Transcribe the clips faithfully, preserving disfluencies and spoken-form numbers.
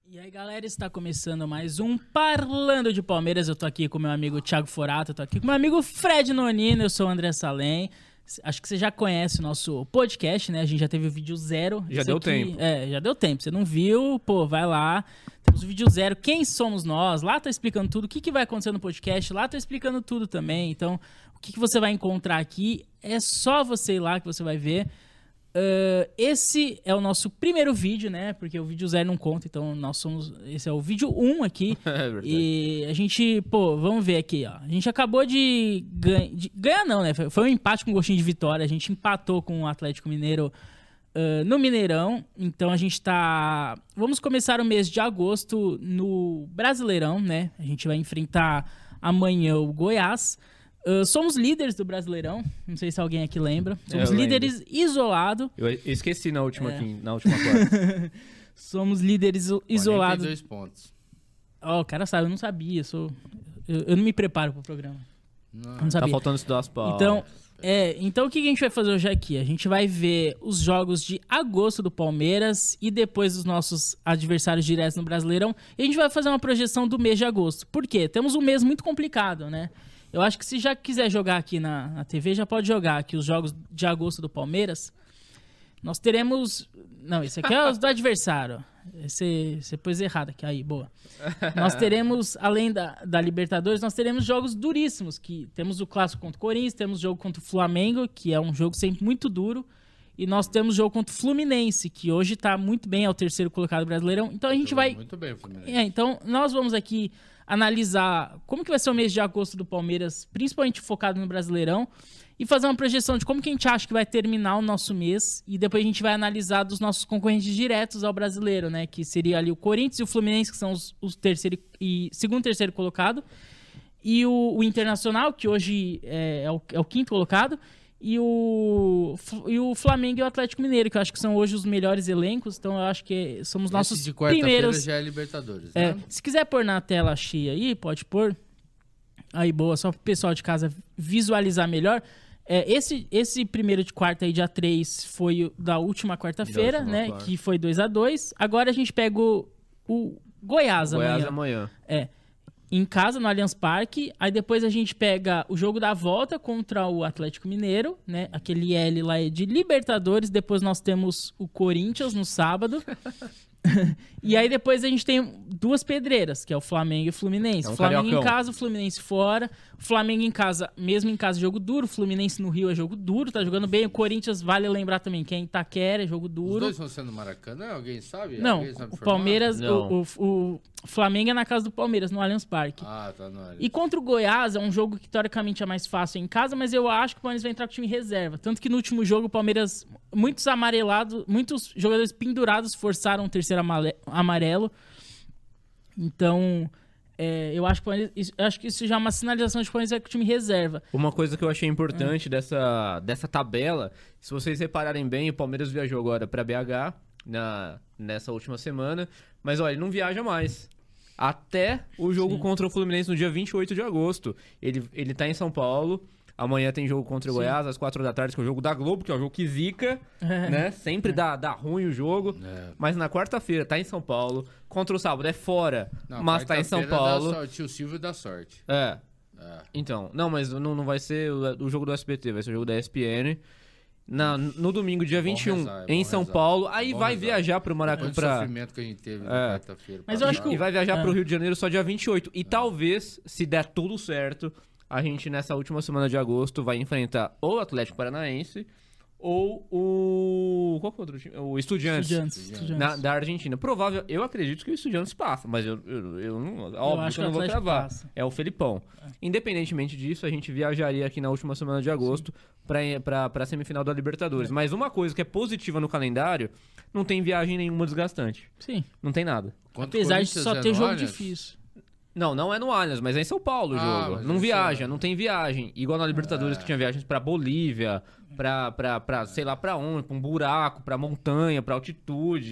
E aí, galera, está começando mais um Parlando de Palmeiras. Eu tô aqui com meu amigo Thiago Forato, eu tô aqui com meu amigo Fred Nonino, eu sou o André Salem. Acho que você já conhece o nosso podcast, né? A gente já teve o vídeo zero. Já deu aqui, tempo. É, já deu tempo. Você não viu? Pô, vai lá. Temos o vídeo zero. Quem somos nós? Lá tá explicando tudo. O que, que vai acontecer no podcast? Lá tá explicando tudo também. Então, o que, que você vai encontrar aqui é só você ir lá que você vai ver. Uh, esse é o nosso primeiro vídeo, né? Porque o vídeo zero não conta, então nós somos. Esse é o vídeo um aqui. É verdade. E a gente, pô, vamos ver aqui, ó. A gente acabou de, ganha, de ganhar, não, né? Foi, foi um empate com gostinho de vitória. A gente empatou com o Atlético Mineiro uh, no Mineirão. Então a gente tá. Vamos começar o mês de agosto no Brasileirão, né? A gente vai enfrentar amanhã o Goiás. Uh, somos líderes do Brasileirão, não sei se alguém aqui lembra. Somos Eu líderes isolados. Eu esqueci na última, É. aqui, na última quarta. Somos líderes isolados. quarenta e dois pontos. Ó, oh, o cara sabe, eu não sabia. Eu, sou... eu, eu não me preparo pro programa. Não. Eu não sabia. Tá faltando estudar as palavras. Então, é, então o que a gente vai fazer hoje aqui? A gente vai ver os jogos de agosto do Palmeiras e depois os nossos adversários diretos no Brasileirão. E a gente vai fazer uma projeção do mês de agosto. Por quê? Temos um mês muito complicado, né? Eu acho que se já quiser jogar aqui na, na T V, já pode jogar aqui os jogos de agosto do Palmeiras. Nós teremos... Não, esse aqui é os do adversário. Esse, você pôs errado aqui. Aí, boa. Nós teremos, além da, da Libertadores, nós teremos jogos duríssimos. Que temos o clássico contra o Corinthians, temos o jogo contra o Flamengo, que é um jogo sempre muito duro. E nós temos o jogo contra o Fluminense, que hoje está muito bem, é o terceiro colocado do Brasileirão. Então a gente vai... Muito bem, Fluminense. É, então nós vamos aqui analisar como que vai ser o mês de agosto do Palmeiras, principalmente focado no Brasileirão, e fazer uma projeção de como que a gente acha que vai terminar o nosso mês, e depois a gente vai analisar dos nossos concorrentes diretos ao brasileiro, né, que seria ali o Corinthians e o Fluminense, que são os, os terceiro e segundo e terceiro colocado, e o, o Internacional, que hoje é, é, o, é o quinto colocado, e o, e o Flamengo e o Atlético Mineiro, que eu acho que são hoje os melhores elencos, então eu acho que somos nossos Esse de quarta-feira primeiros... já é Libertadores, É, né? se quiser pôr na tela cheia aí, pode pôr. Aí, boa, só pro pessoal de casa visualizar melhor. É, esse, esse primeiro de quarta aí, dia três, foi o da última quarta-feira, Da última né? quarta. Que foi dois a dois. Agora a gente pega o, o Goiás, Goiás amanhã. amanhã. É. Em casa, no Allianz Parque. Aí depois a gente pega o jogo da volta contra o Atlético Mineiro, né? Aquele L lá é de Libertadores. Depois nós temos o Corinthians no sábado. E aí depois a gente tem duas pedreiras, que é o Flamengo e o Fluminense. É um Flamengo cariocão. em casa, o Fluminense fora. O Flamengo em casa, mesmo em casa, jogo duro. O Fluminense no Rio é jogo duro, tá jogando bem. O Corinthians, vale lembrar também, que é em Itaquera, é jogo Os duro. dois vão ser no Maracanã, alguém sabe? Não, Alguém sabe o informar? Palmeiras, Não. o, o, o Flamengo é na casa do Palmeiras, no Allianz Parque. Ah, tá no E contra o Goiás, é um jogo que teoricamente é mais fácil em casa, mas eu acho que o Palmeiras vai entrar com o time reserva. Tanto que no último jogo o Palmeiras, muitos amarelados, muitos jogadores pendurados forçaram o terceiro amale- amarelo. Então, é, eu, acho que o Palmeiras- isso- eu acho que isso já é uma sinalização de que o Palmeiras vai com o time reserva. Uma coisa que eu achei É. importante dessa, dessa tabela, se vocês repararem bem, o Palmeiras viajou agora pra B H na, nessa última semana, mas olha, ele não viaja mais. Até o jogo Sim. contra o Fluminense no dia vinte e oito de agosto. Ele, ele tá em São Paulo. Amanhã tem jogo contra o Sim. Goiás, às quatro da tarde, que é o jogo da Globo, que é o jogo que zica, né? Sempre dá, dá ruim o jogo. É. Mas na quarta-feira tá em São Paulo. Contra o sábado é fora, Não, mas tá em São quarta-feira dá Paulo. sorte, o Silvio dá sorte. É. É. Então, não, mas não, não vai ser o, o jogo do S B T, vai ser o jogo da E S P N. Na, no domingo, dia vinte e um, rezar, é em bom São rezar. Paulo. É Aí bom vai rezar. viajar pro Maracanã. Depois do Pra... sofrimento que a gente teve na É. quarta-feira. Mas eu acho que E vai viajar É. pro Rio de Janeiro só dia vinte e oito. E talvez, se der tudo certo, a gente nessa última semana de agosto vai enfrentar ou o Atlético Paranaense ou o... Qual que é o outro time? O Estudiantes. Estudiantes. Estudiantes. Estudiantes. Na- da Argentina. Provável, eu acredito que o Estudiantes passa, mas eu, eu, eu não, óbvio acho que eu não que o vou Atlético cravar. passa. É o Felipão. Independentemente disso, a gente viajaria aqui na última semana de agosto pra, pra, pra semifinal da Libertadores. Mas uma coisa que é positiva no calendário, não tem viagem nenhuma desgastante. Sim. Não tem nada. Contra o Apesar de Corinthians só é ter no jogo Allianz? é difícil. Não, não é no Allianz, mas é em São Paulo o Ah, jogo. mas Não esse viaja, é- não tem viagem. Igual na Libertadores É. que tinha viagens pra Bolívia, pra, pra, pra sei lá pra onde, pra um buraco, pra montanha, pra altitude.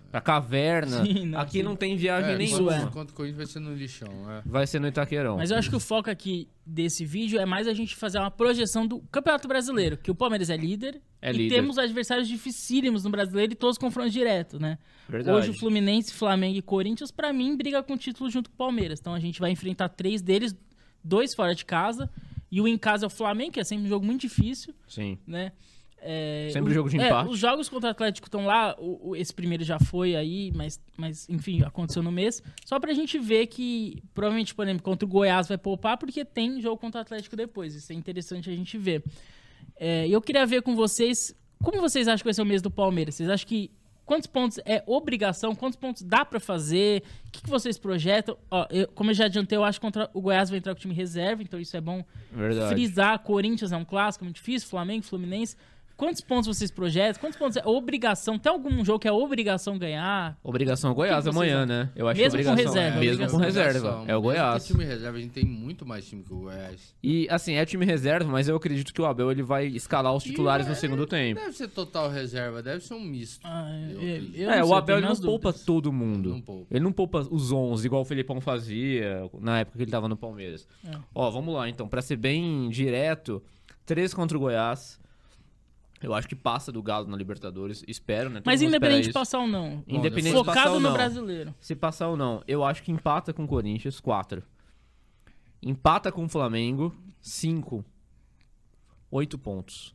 pra caverna. Sim, não, aqui sim. não tem viagem É, nenhuma. enquanto- Enquanto o Corinthians vai ser no lixão, né? Vai ser no Itaquerão. Mas eu acho que o foco aqui desse vídeo é mais a gente fazer uma projeção do Campeonato Brasileiro, que o Palmeiras é líder É e líder. temos adversários dificílimos no Brasileiro e todos confrontos diretos, né? Verdade. Hoje o Fluminense, Flamengo e Corinthians, pra mim, briga com o título junto com o Palmeiras. Então a gente vai enfrentar três deles, dois fora de casa, e o em casa é o Flamengo, que é sempre um jogo muito difícil, Sim. né? É, Sempre o- jogo de é, empate. Os jogos contra o Atlético estão lá, o- o- esse primeiro já foi aí, mas, mas enfim, aconteceu no mês. Só pra gente ver que, provavelmente, por exemplo, contra o Goiás vai poupar, porque tem jogo contra o Atlético depois. Isso é interessante a gente ver. É, eu queria ver com vocês, como vocês acham que vai ser o mês do Palmeiras? Vocês acham que quantos pontos é obrigação? Quantos pontos dá pra fazer? O que, que vocês projetam? Ó, eu- como eu já adiantei, eu acho que contra o Goiás vai entrar com o time reserva, então isso é bom Verdade. frisar. Corinthians é um clássico muito difícil, Flamengo, Fluminense. Quantos pontos vocês projetam? Quantos pontos é obrigação? Tem algum jogo que é obrigação ganhar? Obrigação Goiás que vocês amanhã, acham? né? Eu acho Mesmo que com obrigação. reserva, é, Mesmo obrigação. com reserva. Obrigação. É o Mesmo Goiás. que time reserva, a gente tem muito mais time que o Goiás. E, assim, é time reserva, mas eu acredito que o Abel ele vai escalar os titulares E, no é, segundo tempo. Deve ser total reserva, deve ser um misto. Ah, Eu eu, acredito. eu É, não o sei, eu Abel tenho ele não minhas poupa dúvidas. todo mundo. Não poupa. Ele não poupa os onze, igual o Felipão fazia na época que ele tava no Palmeiras. É. Ó, vamos lá então, pra ser bem direto, três contra o Goiás. Eu acho que passa do Galo na Libertadores, espero, né? Todo Mas mundo espera independente de isso. passar ou não. Independente de Focado passar ou no não. brasileiro. Se passar ou não, eu acho que empata com o Corinthians, quatro. Empata com o Flamengo, cinco. oito pontos.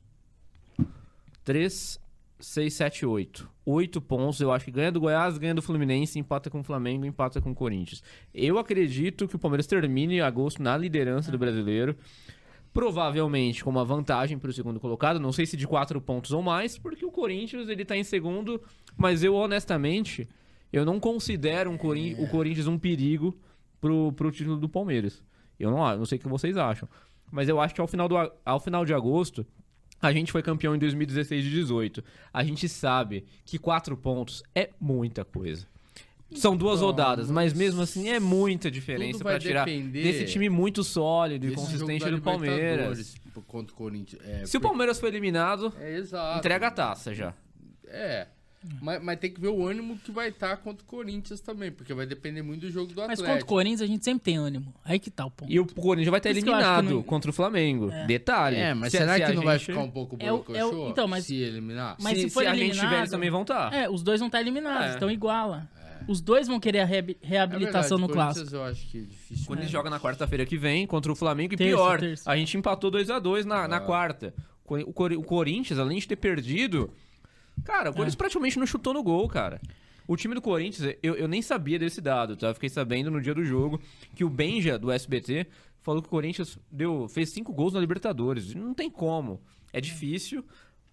três, seis, sete, oito. oito pontos, eu acho que ganha do Goiás, ganha do Fluminense, empata com o Flamengo, empata com o Corinthians. Eu acredito que o Palmeiras termine em agosto na liderança do Brasileiro. Provavelmente com uma vantagem para o segundo colocado, não sei se de quatro pontos ou mais, porque o Corinthians ele tá em segundo, mas eu honestamente, eu não considero um Corin- o Corinthians um perigo pro, pro título do Palmeiras. Eu não, não sei o que vocês acham, mas eu acho que ao final, do, a- ao final de agosto, a gente foi campeão em dois mil e dezesseis e dezoito. A gente sabe que quatro pontos é muita coisa. São duas Então, rodadas, mas mas mesmo assim é muita diferença tudo pra vai tirar depender desse time muito sólido e Desse consistente jogo da do Palmeiras. Libertadores Contra o Corinthians. É, Se o porque- Palmeiras for eliminado, É, exato. entrega a taça já. É. Mas, mas tem que ver o ânimo que vai estar contra o Corinthians também, porque vai depender muito do jogo do Mas Atlético. contra o Corinthians a gente sempre tem ânimo. Aí que tá o ponto. E o Corinthians vai estar Por isso que eu acho que eliminado não- contra o Flamengo. Detalhe. É, mas se- será se que a não vai gente- ficar um pouco É o- borocochô é o- então, mas- se eliminar? Mas se se, for se a gente eliminado- tiver, eles também vão estar. É, os dois vão estar eliminados, É. então iguala. Os dois vão querer a reab- reabilitação É verdade, no o clássico. Corinthians eu acho que é difícil. O Corinthians né? joga na quarta-feira que vem contra o Flamengo. E Terça, pior, terça. a gente empatou dois a dois na, na quarta. O, Cor- o Corinthians, além de ter perdido... Cara, o Corinthians praticamente não chutou no gol, cara. O time do Corinthians, eu, eu nem sabia desse dado, tá? Eu fiquei sabendo no dia do jogo que o Benja, do S B T, falou que o Corinthians deu, fez cinco gols na Libertadores. Não tem como. É difícil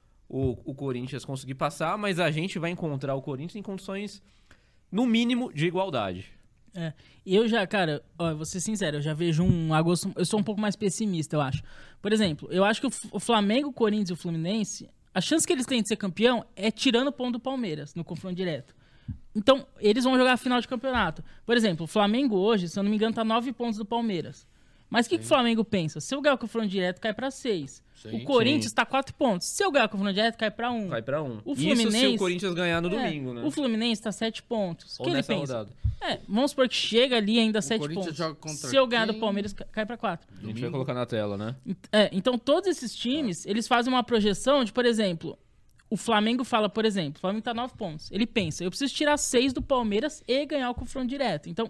o, o Corinthians conseguir passar, mas a gente vai encontrar o Corinthians em condições, no mínimo, de igualdade. É. E eu já, cara, ó, eu vou ser sincero, eu já vejo um agosto. Eu sou um pouco mais pessimista, eu acho. Por exemplo, eu acho que o, F- o Flamengo, o Corinthians e o Fluminense, a chance que eles têm de ser campeão é tirando o ponto do Palmeiras no confronto direto. Então, eles vão jogar a final de campeonato. Por exemplo, o Flamengo hoje, se eu não me engano, tá nove pontos do Palmeiras. Mas o que, que o Flamengo pensa? Se eu ganhar o confronto direto, cai pra seis. Sim, O Corinthians sim. tá quatro pontos. Se eu ganhar o confronto direto, cai pra um. Vai pra um. O Isso se Fluminense- o Corinthians ganhar no É, domingo, né? O Fluminense tá sete pontos. O Ou que ele nessa pensa? rodada. É, vamos supor que chega ali ainda sete Corinthians pontos. joga contra Se eu ganhar do quem? Palmeiras, ca- cai pra quatro. A gente vai colocar na tela, né? É, então todos esses times, eles fazem uma projeção de, por exemplo, o Flamengo fala, por exemplo, o Flamengo tá nove pontos. Ele pensa, eu preciso tirar seis do Palmeiras e ganhar o confronto direto. Então,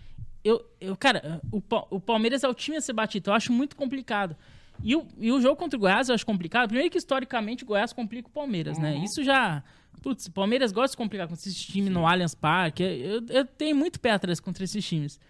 eu, eu cara, o, Pa- o Palmeiras é o time a ser batido. Eu acho muito complicado. E o, e o jogo contra o Goiás eu acho complicado. Primeiro que, historicamente, o Goiás complica o Palmeiras, né? Isso já... Putz, o Palmeiras gosta de complicar com esses times no Allianz Parque. Eu, eu tenho muito pé atrás contra esses times.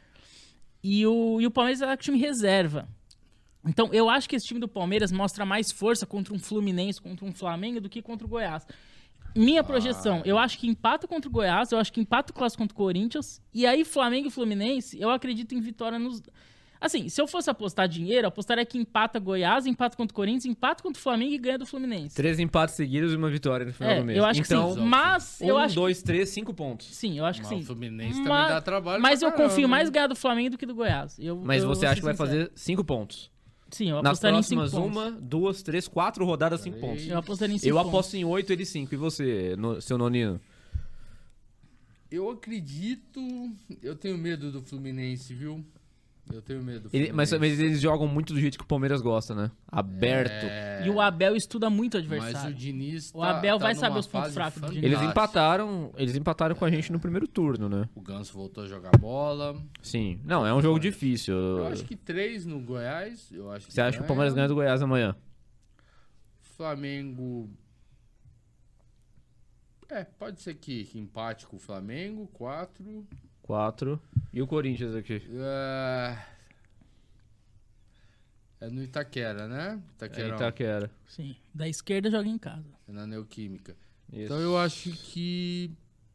E o, e o Palmeiras é o time reserva. Então, eu acho que esse time do Palmeiras mostra mais força contra um Fluminense, contra um Flamengo, do que contra o Goiás. Minha projeção, eu acho que empata contra o Goiás, eu acho que empata o clássico contra o Corinthians, e aí Flamengo e Fluminense, eu acredito em vitória nos... Assim, se eu fosse apostar dinheiro, eu apostaria que empata Goiás, empata contra o Corinthians, empata contra o Flamengo e ganha do Fluminense. Três empates seguidos e uma vitória no final É, do mês. eu acho então, que sim. Mas um, eu acho dois, três, cinco pontos. que sim, eu acho que Mas sim. o Fluminense Mas- também dá trabalho Mas pra eu confio caramba, mais né? ganhar do Flamengo do que do Goiás. Eu- Mas eu você vou acha ser que vai sincero. fazer cinco pontos? Sim, eu Nas apostaria em cinco próximas, pontos. uma, duas, três, quatro rodadas, cinco pontos. Eu apostaria em cinco Eu pontos. aposto em oito, ele cinco. E você, no- seu Nonino? Eu acredito... Eu tenho medo do Fluminense, viu? Eu tenho medo do Ele- Fluminense. mas, mas eles jogam muito do jeito que o Palmeiras gosta, né? Aberto. É, E o Abel estuda muito o Mas o adversário. Diniz O tá, Abel tá vai numa saber os pontos fase fracos do Diniz. Eles fantástica. empataram, eles empataram com a gente no primeiro turno, né? O Ganso voltou a jogar bola. Sim. Não, é um jogo difícil. Eu acho que três no Goiás. Eu acho que Você acha que o Palmeiras ganha do Goiás amanhã? Flamengo... É, pode ser que que empate com o Flamengo, quatro. Quatro. E o Corinthians aqui? É, é no Itaquera, né? É Itaquerão. Itaquera. Sim. Da esquerda joga em casa. É na Neoquímica. Isso. Então eu acho que...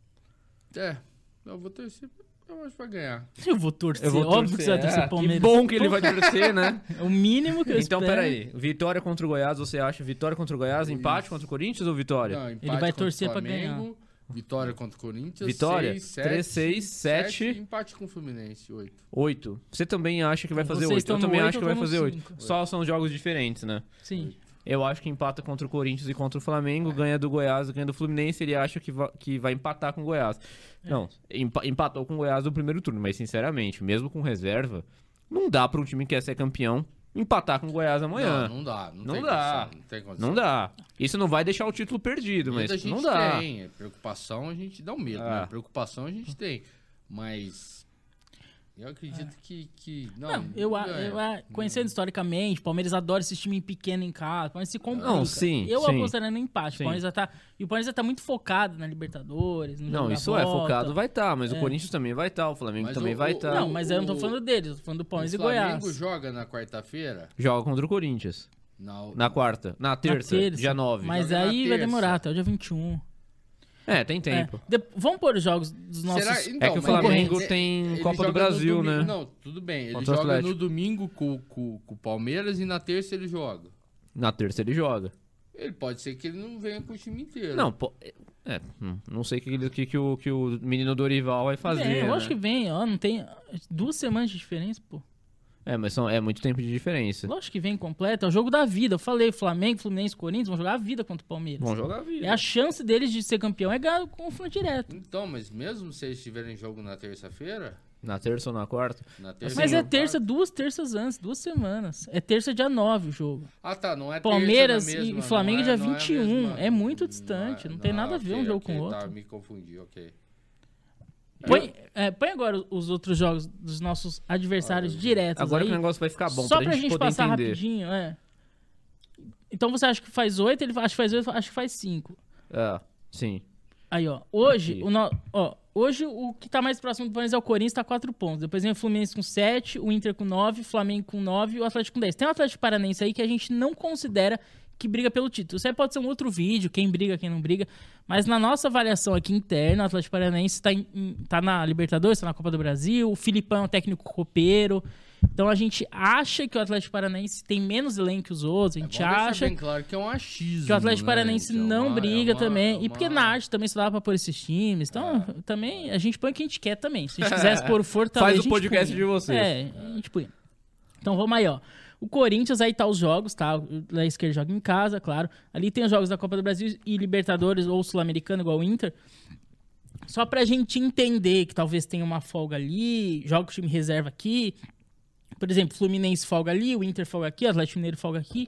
É, eu vou torcer... Eu acho que vai ganhar. Eu vou torcer. Eu vou Óbvio que você vai torcer É, o Palmeiras. Que bom que ele vai torcer, né? É o mínimo que eu Então, espero. peraí. Vitória contra o Goiás, você acha vitória contra o Goiás, empate contra o Corinthians ou vitória? Não, empate Ele vai contra o torcer pra Flamengo, Vitória contra o Corinthians. Vitória? seis, sete, três, seis, sete. Empate com o Fluminense, oito. Oito. Você também acha que vai Então, fazer vocês oito? Eu estão no também oito, acho que eu vai tô no fazer oito. cinco. Só são jogos diferentes, né? Sim. Eu acho que empata contra o Corinthians e contra o Flamengo, ganha do Goiás, ganha do Fluminense, ele acha que, va- que vai empatar com o Goiás. É. Não, empa- empatou com o Goiás no primeiro turno, mas sinceramente, mesmo com reserva, não dá pra um time que quer ser campeão empatar com o Goiás amanhã. Não, não dá. Não, Não tem dá. condição, não tem condição. Não dá. Isso não vai deixar o título perdido, Medo a mas gente não dá. tem. é, Preocupação a gente dá um medo, Ah. né? Preocupação a gente tem. Mas eu acredito que, que... Não, Não, eu, a- ganha. eu a- conhecendo historicamente, o Palmeiras adora esse time pequeno em casa, o Palmeiras se complica. Não, sim, eu sim. apostaria no empate. O Sim. Palmeiras já tá, e o Palmeiras já tá muito focado na Libertadores, no Não, jogo da isso é, volta. focado vai estar, mas É. o Corinthians também vai estar, o Flamengo Mas também o- vai o- estar. Não, mas eu não tô O- falando deles, eu tô falando do O Palmeiras e Flamengo Goiás. joga na quarta-feira? Joga contra o Corinthians. Na, Na quarta. Na Na terça, terça. dia nove. Mas Joga na aí vai terça. demorar até o dia vinte e um. É, tem tempo. É. De- Vamos pôr os jogos dos nossos... Será? Então, É que o mas Flamengo ele- tem ele Copa do joga no Brasil, domingo- né? Não, tudo bem. Ele Contra o joga Atlético. no domingo com, com, com o Palmeiras e na terça ele joga. Na terça ele joga. Ele pode ser que ele não venha com o time inteiro. Não, pô, é, hum, não sei o que, ele- que, que, o, que o menino Dorival vai fazer. Vem, né? eu acho que vem, ó, não tem... Duas semanas de diferença, pô. É, mas são, é muito tempo de diferença. Lógico que vem completo, é o jogo da vida. Eu falei, Flamengo, Fluminense, Corinthians vão jogar a vida contra o Palmeiras. Vão jogar a vida. É a chance deles de ser campeão é ganhar com confronto direto. Então, mas mesmo se eles tiverem jogo na terça-feira, Na terça ou na quarta. na terça Mas ou é na terça, quarta- duas terças antes, duas semanas. É terça dia nove o jogo. Ah, tá, não é Palmeiras terça na mesma, e Flamengo não dia é- não é a vinte e um, mesma- é muito distante, não tem nada a ver um ok, jogo ok, com o Tá, outro. me confundi, ok. Põe, é, põe agora os outros jogos dos nossos adversários Ah, diretos Agora aí. que o negócio vai ficar bom, Só pra, gente, poder passar entender. rapidinho, é. Então você acha que faz oito, ele acha que faz oito, acho que faz cinco. É, sim. Aí, ó. Hoje, Aqui. o no... ó, hoje o que tá mais próximo do Palmeiras é o Corinthians, tá quatro pontos. Depois vem o Fluminense com sete, o Inter com nove, o Flamengo com nove e o Atlético com dez. Tem o Atlético Paranaense aí que a gente não considera que briga pelo título. Isso aí pode ser um outro vídeo, quem briga, quem não briga. Mas na nossa avaliação aqui interna, o Atlético Paranaense tá, em- em- tá na Libertadores, tá na Copa do Brasil, o Filipão é um técnico copeiro. Então a gente acha que o Atlético Paranaense tem menos elenco que os outros, a gente É bom deixar acha bem claro que é um achismo, que o Atlético né, Paranaense gente? É não uma- briga é uma- também. é E porque uma- na arte também só dá pra pôr esses times. Então, É. também a gente põe o que a gente quer também. Se a gente quisesse pôr o Fortaleza. Faz o a gente podcast punha. de vocês. É, a gente põe. Então vamos aí, ó. O Corinthians, aí tá os jogos, tá? O da esquerda joga em casa, claro. Ali tem os jogos da Copa do Brasil e Libertadores ou Sul-Americano, igual o Inter. Só pra gente entender que talvez tenha uma folga ali, joga o time reserva aqui. Por exemplo, Fluminense folga ali, o Inter folga aqui, o Atlético Mineiro folga aqui.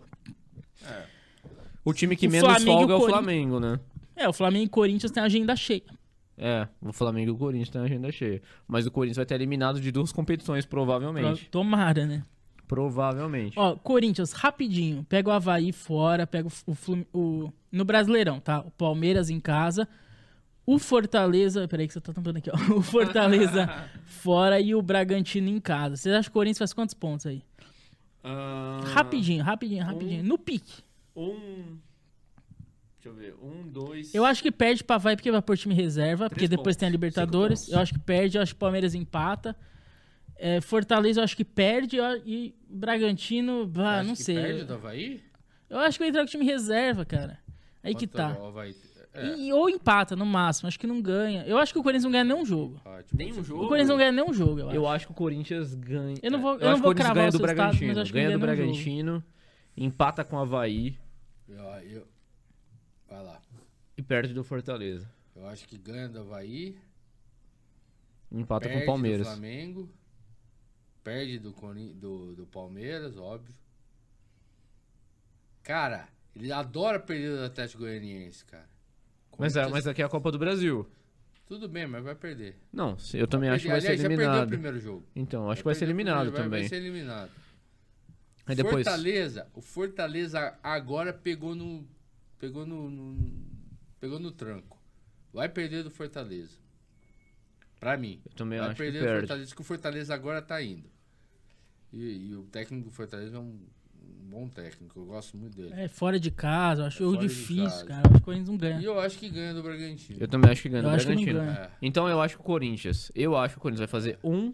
O time que O menos Flamengo e o folga é o Corin- Flamengo, né? É, o Flamengo e o Corinthians tem a agenda cheia. É, o Flamengo e o Corinthians têm a agenda cheia. Mas o Corinthians vai ter eliminado de duas competições, provavelmente. Tomara, né? Provavelmente. Ó, Corinthians, rapidinho. Pega o Avaí fora, pega o, Flum, o no Brasileirão, tá? O Palmeiras em casa. O Fortaleza... Peraí que você tá tampando aqui, ó. O Fortaleza fora e o Bragantino em casa. Vocês acham que o Corinthians faz quantos pontos aí? Ah, Rapidinho, rapidinho, rapidinho. No pique. Um... Deixa eu ver. Um, dois... Eu acho que perde pra Avaí porque vai pôr time reserva, porque Três depois pontos. tem a Libertadores. Cinco pontos. Eu acho que perde, eu acho que o Palmeiras empata. É, Fortaleza eu acho que perde ó, e Bragantino, bah, Acho não que sei. perde do Havaí? Eu acho que vai entrar com o time reserva, cara. Aí que Quanto tá. o Havaí- É, E- ou empata, no máximo. Acho que não ganha. Eu acho que o Corinthians não ganha nenhum jogo. ótimo. Nem um jogo? O Corinthians não ganha nenhum jogo, eu acho. Eu acho que o Corinthians ganha. Eu não vou- É, eu não acho vou que o Corinthians cravar ganha os do resultados, Bragantino. mas acho que Ganha do não ganha nenhum Bragantino, empata com o Avaí Eu, eu- Vai lá. e perde do Fortaleza. Eu acho que ganha do Havaí Empata perde com o Palmeiras. do Flamengo, perde do, Corin- do, do Palmeiras, óbvio. Cara, ele adora perder do Atlético Goianiense, cara. Mas, é, Corinthians- mas aqui é a Copa do Brasil. Tudo bem, mas vai perder. Não, se- eu também acho que vai Aliás, ser já perdeu o eliminado. primeiro jogo. Então, acho Já que vai ser perdeu o eliminado primeiro, vai- também. Vai ser eliminado. Aí depois... Fortaleza, o Fortaleza agora pegou no pegou no, no- pegou no tranco. Vai perder do Fortaleza. Pra mim. Eu também Vai acho que perder do perde. Fortaleza, que o Fortaleza agora tá indo. E, e o técnico do Fortaleza é um, um bom técnico, eu gosto muito dele. É, fora de casa, eu acho É jogo fora de difícil, casa. cara. Eu acho que o Corinthians não ganha. E eu acho que ganha do Bragantino. Eu também acho que ganha Eu do acho que não Bragantino. ganha. É. Então eu acho que o Corinthians. Eu acho que o Corinthians vai fazer um.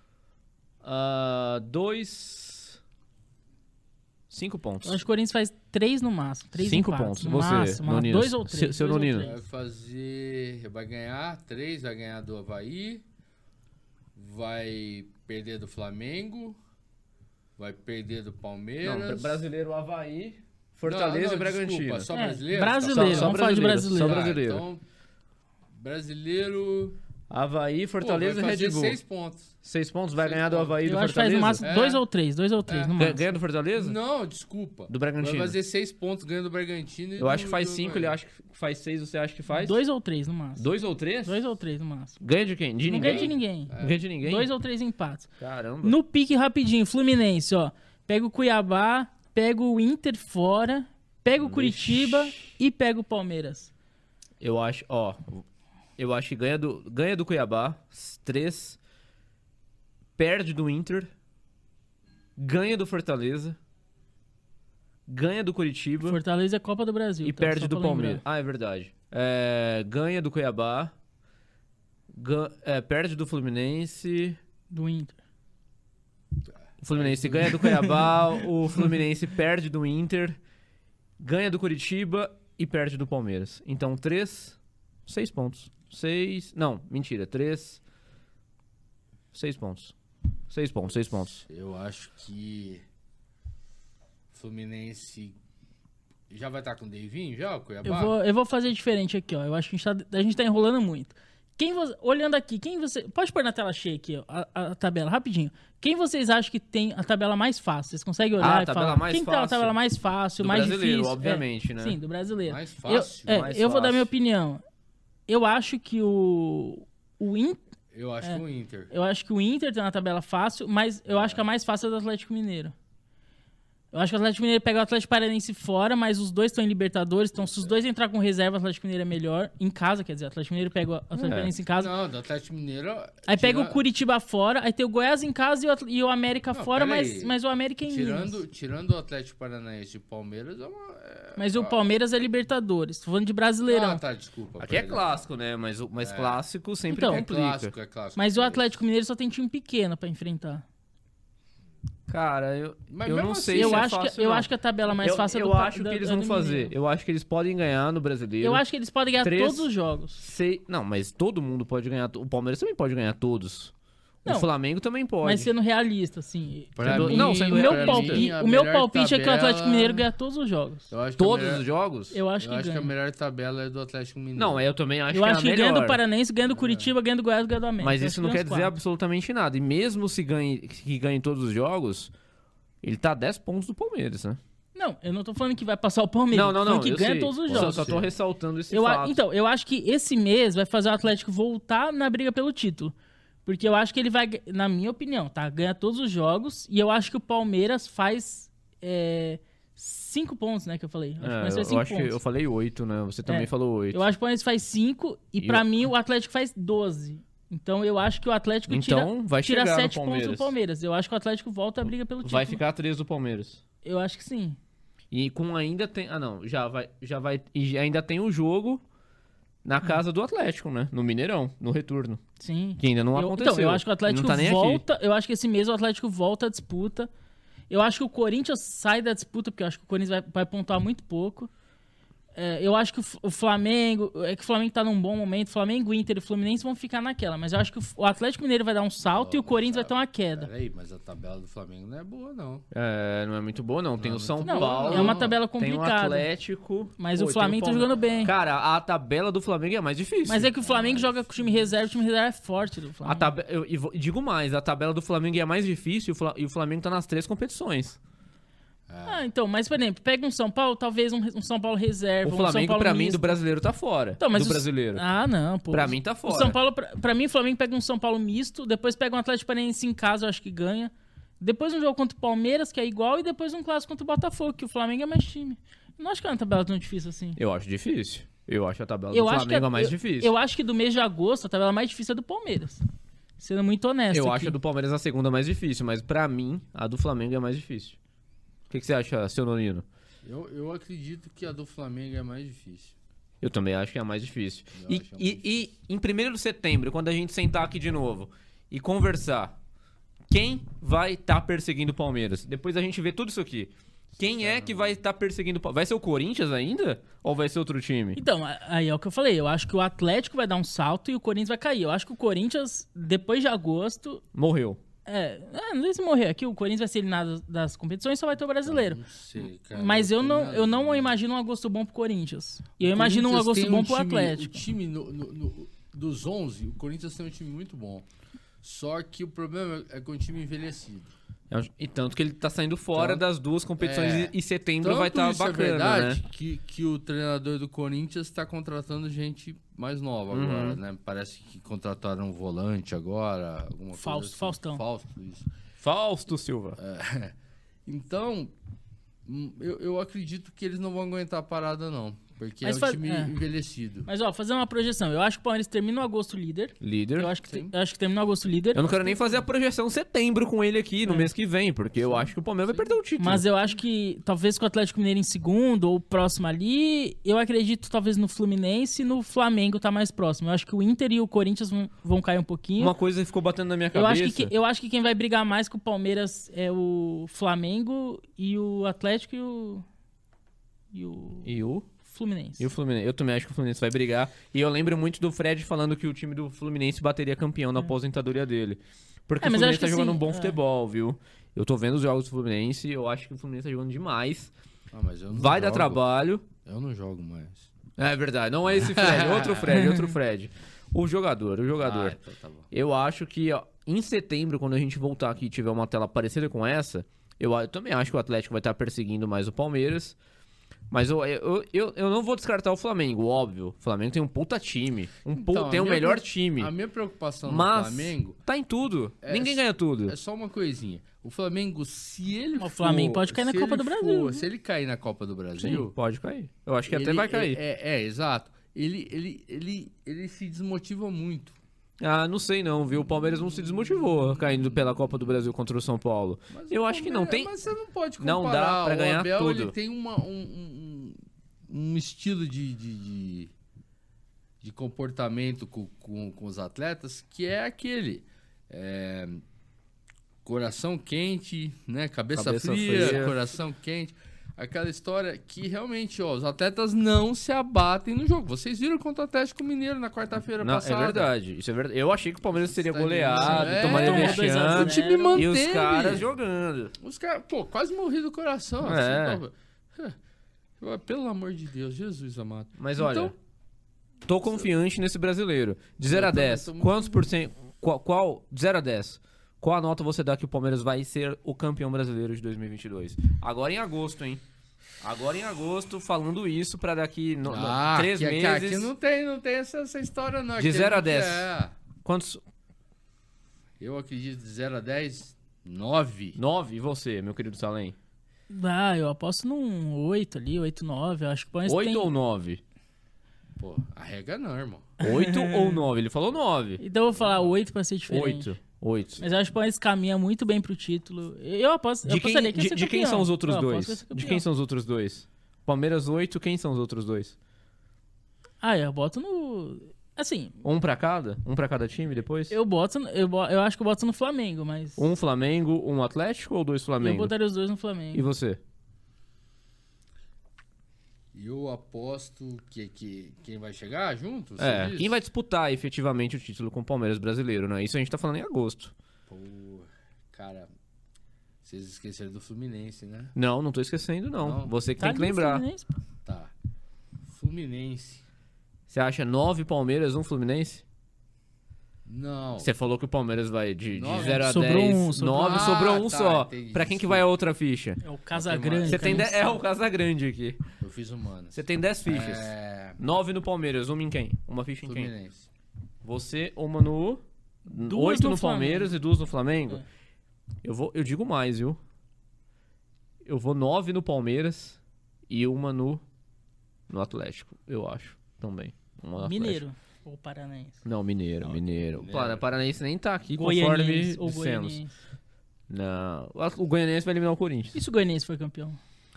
ah, dois. Cinco pontos. Eu acho que o Corinthians faz três no máximo. Três Cinco empates, pontos. no Você, máximo, Nonino. dois ou três. Seu- seu dois ou Nonino. três. Vai fazer. Vai ganhar três, vai ganhar do Avaí. Vai perder do Flamengo. Vai perder do Palmeiras. Não, brasileiro Havaí, Não, Fortaleza não, e Bragantino. Desculpa, só É, brasileiro? brasileiro, Só- só vamos falar de brasileiro, brasileiro. só brasileiro. Então, brasileiro. Havaí, Fortaleza Pô, vai e Red fazer Bull. seis pontos. Seis pontos, vai Seis ganhar do pontos. Havaí e do Eu acho que faz Fortaleza? no máximo É. dois ou três. Dois ou três, É. no Ganha- máximo. Ganha do Fortaleza? Não, desculpa. Do Bragantino. Vai fazer seis pontos ganhando do Bragantino. e Eu acho do- que faz do cinco, Havaí. ele acha que faz seis, você acha que faz? Dois ou três no máximo. Dois ou três? Dois ou três no máximo. Ganha de quem? De Não ninguém? ganha de ninguém. Não ganha de ninguém? Dois ou três empates. Caramba. No pique rapidinho, Fluminense, ó. Pega o Cuiabá, pega o Inter fora, pega o Curitiba e pega o Palmeiras. Eu acho, ó. Eu acho que ganha do, ganha do Cuiabá, três. Perde do Inter. Ganha do Fortaleza. Ganha do Curitiba. Fortaleza é Copa do Brasil. E tá? perde Só do pra lembrar. Palmeiras. Ah, é verdade. É, ganha do Cuiabá. Ga- é, perde do Fluminense. Do Inter. O Fluminense ganha do Cuiabá. O Fluminense perde do Inter. Ganha do Curitiba e perde do Palmeiras. Então, três. Seis pontos. Seis. Não, mentira. Três. Seis pontos. Seis pontos, seis pontos. Eu acho que. Fluminense. Já vai estar com o Deivinho já, o Cuiabá? Eu vou, eu vou fazer diferente aqui, ó. Eu acho que a gente tá, a gente tá enrolando muito. Quem vo- olhando aqui, quem você. Pode pôr na tela cheia aqui, ó, a, a tabela, rapidinho. Quem vocês acham que tem a tabela mais fácil? Vocês conseguem olhar Ah, a e tabela falar? mais Quem tem a fácil? tabela mais fácil, Do mais brasileiro, difícil? obviamente, É, né? Sim, do brasileiro. Mais Eu, fácil? é, mais eu vou dar minha fácil. opinião. Eu acho que o. O Inter. Eu acho que o Inter. Eu acho que o Inter tem uma tabela fácil, mas eu acho que a mais fácil é do Atlético Mineiro. Eu acho que o Atlético Mineiro pega o Atlético Paranaense fora, mas os dois estão em Libertadores, então se os dois entrar com reserva, o Atlético Mineiro é melhor. Em casa, quer dizer, o Atlético Mineiro pega o Atlético É. Paranaense em casa. Não, do Atlético Mineiro. Aí pega tira- o Curitiba fora, aí tem o Goiás em casa e o, Atl- e o América Não, fora, pera mas, aí. mas o América é em Tirando, Minas. tirando o Atlético Paranaense e o Palmeiras, é uma. é- Mas o ah, Palmeiras é Libertadores, tô falando de Brasileirão. Ah, tá, desculpa. Aqui é perdão. clássico, né? Mas, o- mas clássico sempre Então, É complica. clássico, é clássico. Mas o Atlético Mineiro só tem time pequeno pra enfrentar. Cara, eu, Mas eu mesmo não assim, sei Eu se é acho, fácil, que, eu não. acho que a tabela mais eu, fácil é eu do Pa- acho que da- eles é vão do fazer. Mineiro. Eu acho que eles podem ganhar no Brasileiro. Eu acho que eles podem ganhar Três- todos os jogos. Sei, não, mas todo mundo pode ganhar. O Palmeiras também pode ganhar todos. Não, o Flamengo também pode. Mas sendo realista, assim. Pra Sendo- mim, não, sendo o meu, realista. palpi- a o meu melhor palpite é que o Atlético tabela- Mineiro ganha todos os jogos. Eu acho que a Todos melhor- os jogos? Eu acho Eu que acho que ganha. a melhor tabela é do Atlético Mineiro. Não, eu também acho Eu que acho é que a ganha melhor. do Paranense, ganha do Curitiba, ganha do Goiás, ganha do América. Mas Eu isso acho não que quer ganha os dizer quatro. absolutamente nada. E mesmo se ganhe, que ganhe todos os jogos, ele tá a dez pontos do Palmeiras, né? Não, eu não tô falando que vai passar o Palmeiras. Não, não, tô não. falando que eu ganha sei. todos os Só- jogos. Só, tô ressaltando esse Eu a- fato. Então, eu acho que esse mês vai fazer o Atlético voltar na briga pelo título. Porque eu acho que ele vai, ga- na minha opinião, tá? Ganha todos os jogos. E eu acho que o Palmeiras faz é, cinco pontos, né? Que eu falei. Eu acho que É, vai ser eu, cinco acho que pontos. eu falei oito, né? Você também É. falou oito. Eu acho que o Palmeiras faz cinco e, E pra eu- mim o Atlético faz doze. Então eu acho que o Atlético tira, Então, vai tira chegar no sete pontos do Palmeiras. Palmeiras. Eu acho que o Atlético volta a briga pelo título. Vai ficar três do Palmeiras. Eu acho que sim. E com ainda tem... Ah, não. Já vai... Já vai e ainda tem o jogo na casa do Atlético, né? No Mineirão, no retorno. Sim. Que ainda não Eu- aconteceu. Então, eu acho que o Atlético Não tá nem volta. Eu acho que esse mês o Atlético volta à disputa. Eu acho que o Corinthians sai da disputa, porque eu acho que o Corinthians vai, vai pontuar muito pouco. É, eu acho que o F- o Flamengo... É que o Flamengo tá num bom momento. Flamengo, Inter e Fluminense vão ficar naquela. Mas eu acho que o, F- o Atlético Mineiro vai dar um salto Ó, e o Corinthians vai mas ter uma queda. Peraí, mas a tabela do Flamengo não é boa, não. É, não é muito boa, não. Tem Não, o São muito Não, Paulo. é uma tabela Tem o complicada. Atlético. Mas Pô, o tem Flamengo tá Palmeiras. jogando bem. Cara, a tabela do Flamengo é mais difícil. Mas é que o Flamengo joga com o time reserva, o time reserva é forte do A Flamengo. tabe... eu, e vou- digo mais, a tabela do Flamengo é mais difícil e o Fla- e o Flamengo tá nas três competições. Ah, então, mas, por exemplo, pega um São Paulo, talvez um, um São Paulo reserva, O um São Flamengo, Paulo pra mim, misto. do brasileiro tá fora. Então, mas do os- brasileiro. Ah, não, pô. Pra mim tá fora. O São Paulo, pra, pra mim, o Flamengo pega um São Paulo misto, depois pega um Atlético Paranaense em casa, eu acho que ganha. Depois um jogo contra o Palmeiras, que é igual, e depois um clássico contra o Botafogo, que o Flamengo é mais time. Eu não acho que é uma tabela tão difícil assim. Eu acho difícil. Eu acho a tabela Eu do acho que Flamengo a, a mais eu, difícil. Eu acho que do mês de agosto, a tabela mais difícil é do Palmeiras. Sendo muito honesto Eu aqui. acho a do Palmeiras a segunda mais difícil, mas pra mim, a do Flamengo é mais difícil. O que, que você acha, seu Nonino? Eu, eu acredito que a do Flamengo é mais difícil. Eu também acho que é a mais difícil. Eu E, acho que é e- mais e em primeiro de setembro, quando a gente sentar aqui de novo e conversar, quem vai estar perseguindo o Palmeiras? Depois a gente vê tudo isso aqui. Quem é que vai estar perseguindo o Palmeiras? Vai ser o Corinthians ainda? Ou vai ser outro time? Então, a- aí é o que eu falei. Eu acho que o Atlético vai dar um salto e o Corinthians vai cair. Eu acho que o Corinthians, depois de agosto... Morreu. É, é, não sei se morrer aqui. O Corinthians vai ser eliminado das competições e só vai ter o brasileiro. Não sei, cara. Mas eu não, tenho eu não nada. imagino um agosto bom pro Corinthians. E eu O imagino um Corinthians agosto tem bom um pro time- Atlético. O time no- no- no- dos onze, o Corinthians tem um time muito bom. Só que o problema é com o time envelhecido. E tanto que ele tá saindo fora Tanto- das duas competições é, e- e setembro Tanto vai estar isso é bacana, verdade né? que, que o treinador do Corinthians está contratando gente mais nova Uhum. agora, né? Parece que contrataram um volante agora, alguma Fausto, coisa assim. Faustão. Fausto, isso. Fausto Silva. É. Então, hum, eu, eu acredito que eles não vão aguentar a parada, não. Porque Mas é um faz- time é. envelhecido. Mas, ó, fazer uma projeção. Eu acho que o Palmeiras termina o agosto líder. Líder. Eu acho que, Sim. te- eu acho que termina o agosto líder. Eu não quero nem fazer a projeção setembro com ele aqui no mês que vem, porque eu acho que o Palmeiras vai perder o título. Mas eu acho que talvez com o Atlético Mineiro em segundo ou próximo ali, eu acredito talvez no Fluminense e no Flamengo tá mais próximo. Eu acho que o Inter e o Corinthians vão, vão cair um pouquinho. Uma coisa que ficou batendo na minha Eu cabeça. acho, que, que- eu acho que quem vai brigar mais com o Palmeiras é o Flamengo e o Atlético e o. E o E o? Fluminense. E o Fluminense? Eu também acho que o Fluminense vai brigar. E eu lembro muito do Fred falando que o time do Fluminense bateria campeão na aposentadoria dele. Porque É, o mas eu Fluminense acho tá que jogando sim, um bom é. futebol, viu? Eu tô vendo os jogos do Fluminense e eu acho que o Fluminense tá jogando demais. Ah, mas eu não Vai dar jogo. trabalho. Eu não jogo mais. É verdade, não é esse Fred, é outro Fred, outro Fred. O jogador, o jogador. Ah, então tá bom. Eu acho que ó, em setembro, quando a gente voltar aqui e tiver uma tela parecida com essa, eu, eu também acho que o Atlético vai estar perseguindo mais o Palmeiras. Mas eu, eu, eu, eu não vou descartar o Flamengo, óbvio. O Flamengo tem um puta time. Um pu- Então, a tem o minha melhor pre- time. A minha preocupação Mas no Flamengo tá em tudo. É Ninguém só- ganha tudo. é só uma coisinha. O Flamengo, se ele O for... Flamengo pode cair na se Copa ele do for- Brasil, né? Se ele cair na Copa do Sim, Brasil... pode cair. Eu acho que até ele- vai cair. É, é, é, exato. Ele, ele, ele, ele se desmotiva muito. Ah, não sei não, viu? O Palmeiras não se desmotivou caindo pela Copa do Brasil contra o São Paulo. Mas Eu o acho que não. Palmeiras- Tem... Mas você não pode comparar. Não dá pra ganhar o Abel, tudo. ele tem uma, um, um, um estilo de, de, de, de comportamento com, com, com os atletas que é aquele... é, coração quente, né? Cabeça, Cabeça fria, fria. coração quente. Aquela história que realmente, ó, os atletas não se abatem no jogo. Vocês viram contra o Atlético Mineiro na quarta-feira Não, passada. é verdade, isso é verdade. Eu achei que o Palmeiras seria Tá goleado, ligado? tomaria É, tomou dois a vexame. zero. O time E manteve. os caras jogando. Os caras, pô, quase morri do coração. É. Assim, pô. Pelo amor de Deus, Jesus amado. Mas olha, Então, tô confiante nesse brasileiro. De zero a Eu também dez, tô muito quantos por cento... Qual, qual... De zero a dez, qual a nota você dá que o Palmeiras vai ser o campeão brasileiro de dois mil e vinte e dois? Agora em agosto, hein? Agora em agosto, falando isso pra daqui no, no- ah, três que, que meses... aqui não tem, não tem essa, essa história, não. De Aqui zero a gente dez. É. Quantos? Eu acredito de zero a dez, nove. Nove? E você, meu querido Salem? Ah, eu aposto num oito ali, oito, nove. Eu acho que o Palmeiras Oito tem... ou nove? Pô, arrega não, irmão. Oito ou nove? Ele falou nove. Então eu vou falar oito pra ser diferente. Oito. Oito. Mas eu acho que o Palmeiras caminha muito bem pro título. Eu aposto. eu De quem, apostaria que ia de, ser de quem campeão. são os outros Eu aposto dois? que ia ser De campeão. quem são os outros dois? Palmeiras oito, quem são os outros dois? Ah, eu boto no. Assim, Um pra cada? Um pra cada time depois? eu boto. no- Eu, bo- eu acho que eu boto no Flamengo, mas. Um Flamengo, um Atlético ou dois eu Flamengo? botaria os dois no E Flamengo. você? Eu aposto que, que quem vai chegar junto? você É, diz? quem vai disputar efetivamente o título com o Palmeiras brasileiro, né? Isso a gente tá falando em agosto. Pô, cara, vocês esqueceram do Fluminense, né? Não, não tô esquecendo, não. Não. Você que Tá tem que ali o lembrar. Fluminense, pô. Tá. Fluminense. Você acha nove Palmeiras, um Fluminense? Não. Você falou que o Palmeiras vai de, de Nove. zero a Sobrou dez. um, sobrou nove, um. sobrou um Ah, tá, só. entendi, Pra quem que desculpa. vai a outra ficha? É o Casagrande. Você tem de... camisa- É o Casagrande aqui. Eu fiz humanas. Você tem dez fichas. É... nove no Palmeiras, uma em quem? Uma ficha em quem? Fluminense. Você, uma no... Duas Oito no no Palmeiras Flamengo. e duas no Flamengo? É. Eu, vou, eu digo mais, viu? Eu vou nove no Palmeiras e uma no, no Atlético, eu acho, também. Uma no Mineiro. Atlético. Ou Paranaense. Não, Mineiro, Não, Mineiro. Mineiro. Para, Paranaense nem tá aqui, Goianiense. conforme Ou dissemos. Goianiense. Não, o Goianiense vai eliminar o Corinthians. E se o Goianiense foi campeão?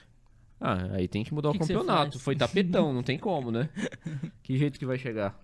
Ah, aí tem que mudar Que o que você campeonato. faz? Foi tapetão, não tem como, né? Que jeito que vai chegar?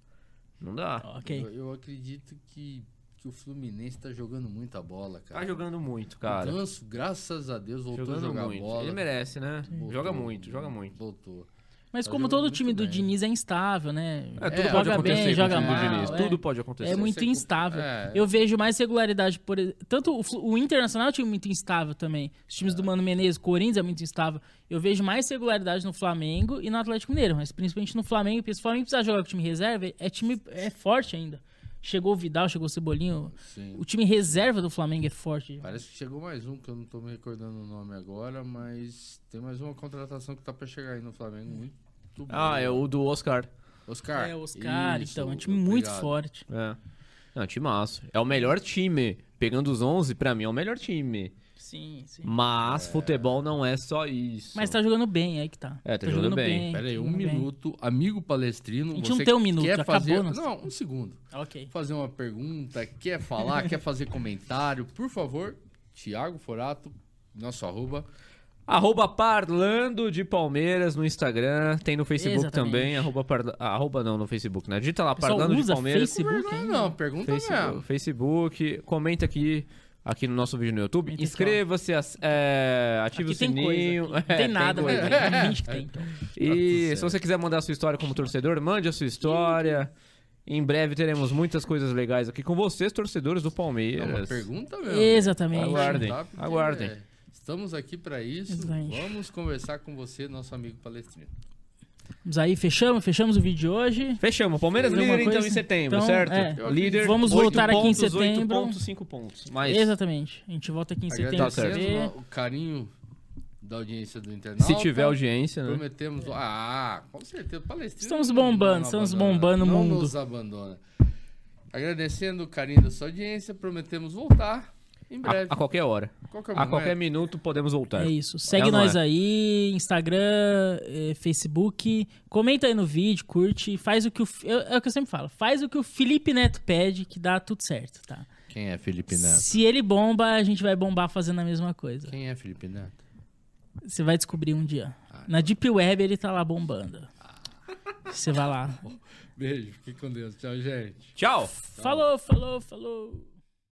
Não dá. Ok. Eu, eu acredito que, que o Fluminense tá jogando muita bola, cara. Tá jogando muito, cara. O Ganso, graças a Deus, voltou Jogando a jogar muito. bola. Ele merece, né? Voltou, Joga muito, joga muito. Voltou. Mas Tá como jogando todo muito time do bem. Diniz é instável, né? É, tudo É, pode joga acontecer bem, com o joga time do mal, Diniz. é. Tudo pode acontecer. É muito Você- instável. É. Eu vejo mais regularidade, por ex- tanto o, Flu- o Internacional é um time muito instável também. Os times do Mano Menezes, Corinthians é muito instável. Eu vejo mais regularidade no Flamengo e no Atlético Mineiro, mas principalmente no Flamengo, porque se o Flamengo precisar jogar com o time reserva, é time é forte ainda. Chegou o Vidal, chegou o Cebolinho. Sim. O time reserva do Flamengo é forte. Parece que chegou mais um, que eu não tô me recordando o nome agora, mas tem mais uma contratação que tá pra chegar aí no Flamengo. Muito Ah, boa. é o do Oscar. Oscar. É, o Oscar, Isso, então. É um time muito obrigado. forte. É. Não, timaço. É o melhor time. Pegando os onze, pra mim é o melhor time. Sim, sim. Mas futebol não é só isso. Mas tá jogando bem, aí que tá. É, tá jogando bem. Pera aí, um jogando bem. minuto. Amigo palestrino. A gente você não tem um minuto, quer já fazer... acabou, nossa. Não, um segundo. Ok. Fazer uma pergunta, quer falar, quer fazer comentário, por favor, Thiago Forato, nosso arroba. Arroba Parlando de Palmeiras no Instagram. Tem no Facebook Exatamente. também. Arroba, parla... ah, arroba não, no Facebook, né? Digita lá, Pessoal, Parlando de usa Palmeiras. Facebook? Não, não, pergunta Facebook, mesmo. Facebook. Comenta aqui, aqui no nosso vídeo no YouTube. Comenta aqui, Inscreva-se, as- é, ative Aqui o tem sininho. coisa. Aqui. Não É, tem nada, coisa. mas tem vinte que tem, então. E Tá tudo se certo. você quiser mandar a sua história como torcedor, mande a sua história. Em breve teremos muitas coisas legais aqui com vocês, torcedores do É uma Palmeiras. pergunta mesmo. Exatamente. Aguardem, Tá? Porque aguardem. Estamos aqui para isso. Exatamente. Vamos conversar com você, nosso amigo palestrino. Vamos aí, fechamos, fechamos o vídeo de hoje. Fechamos. Palmeiras Tem líder alguma então coisa? em setembro, Então, certo? é. Líder. Vamos oito voltar aqui em pontos, oito setembro. pontos, cinco pontos. Mas Exatamente. A gente volta aqui em setembro pra Agradecendo ver. o carinho da audiência do internauta. se tiver audiência, né? Prometemos. Ah, com certeza. Palestrino. Estamos não- bombando, não estamos abandona, bombando o não mundo. nos abandona. Agradecendo o carinho da sua audiência, prometemos voltar em breve. A, a qualquer hora. Qualquer A momento. qualquer minuto podemos voltar. É isso. Segue É ou não nós é? aí, Instagram, eh, Facebook. Comenta aí no vídeo, curte. Faz o que o. Fi- eu- É o que eu sempre falo. Faz o que o Felipe Neto pede, que dá tudo certo, tá? Quem é Felipe Neto? Se ele bomba, a gente vai bombar fazendo a mesma coisa. Quem é Felipe Neto? Você vai descobrir um dia. Na Deep Web ele tá lá bombando. Você vai lá. Beijo, fique com Deus. Tchau, gente. Tchau! Falou, falou, falou.